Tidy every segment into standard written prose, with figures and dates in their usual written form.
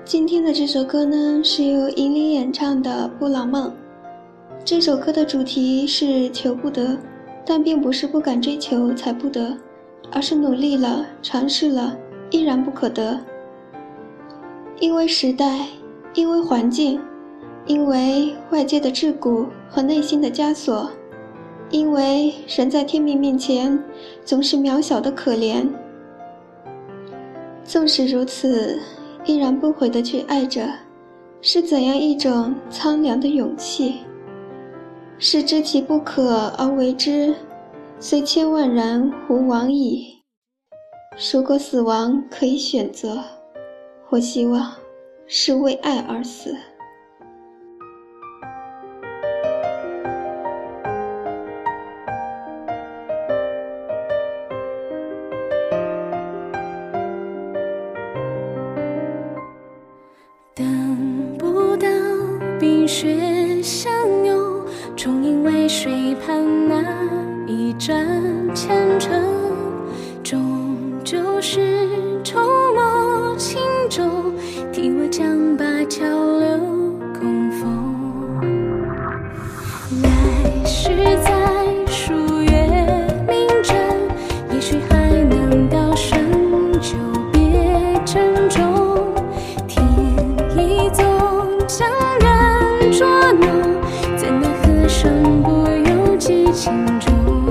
今天的这首歌呢，是由尹理演唱的《布朗梦》。这首歌的主题是求不得，但并不是不敢追求才不得，而是努力了，尝试了，依然不可得。因为时代，因为环境，因为外界的桎梏和内心的枷锁，因为人在天命面前总是渺小的可怜。纵使如此，依然不悔地去爱着，是怎样一种苍凉的勇气？是知其不可而为之，虽千万人吾往矣。如果死亡可以选择，我希望是为爱而死。 等不到冰雪相拥，终因为水畔那一盏虔诚，终究是筹谋轻舟，替我将灞桥流供奉。来世再数月明针，也许还能到深久别珍重。将人捉弄，怎奈何身不由己情中。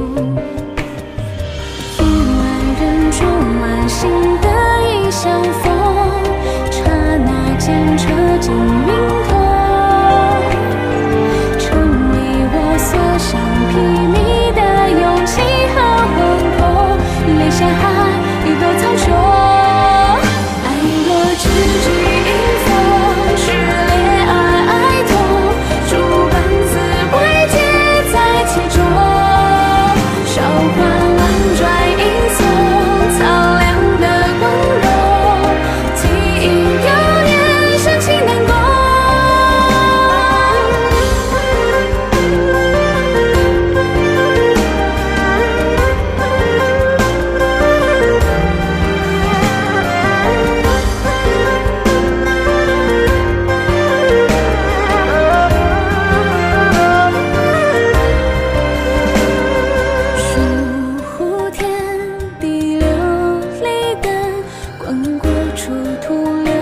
亿万人中万幸得以相逢，刹那间车尽明空，成为我所想披靡的勇气和惶恐。泪下海，雨多苍穹。爱若知己迎风，炽烈而哀痛，诸般滋味皆在其中。韶华婉转吟诵，苍凉的光荣，记忆流年深情难共。疏忽天地流离灯，光阴过处徒留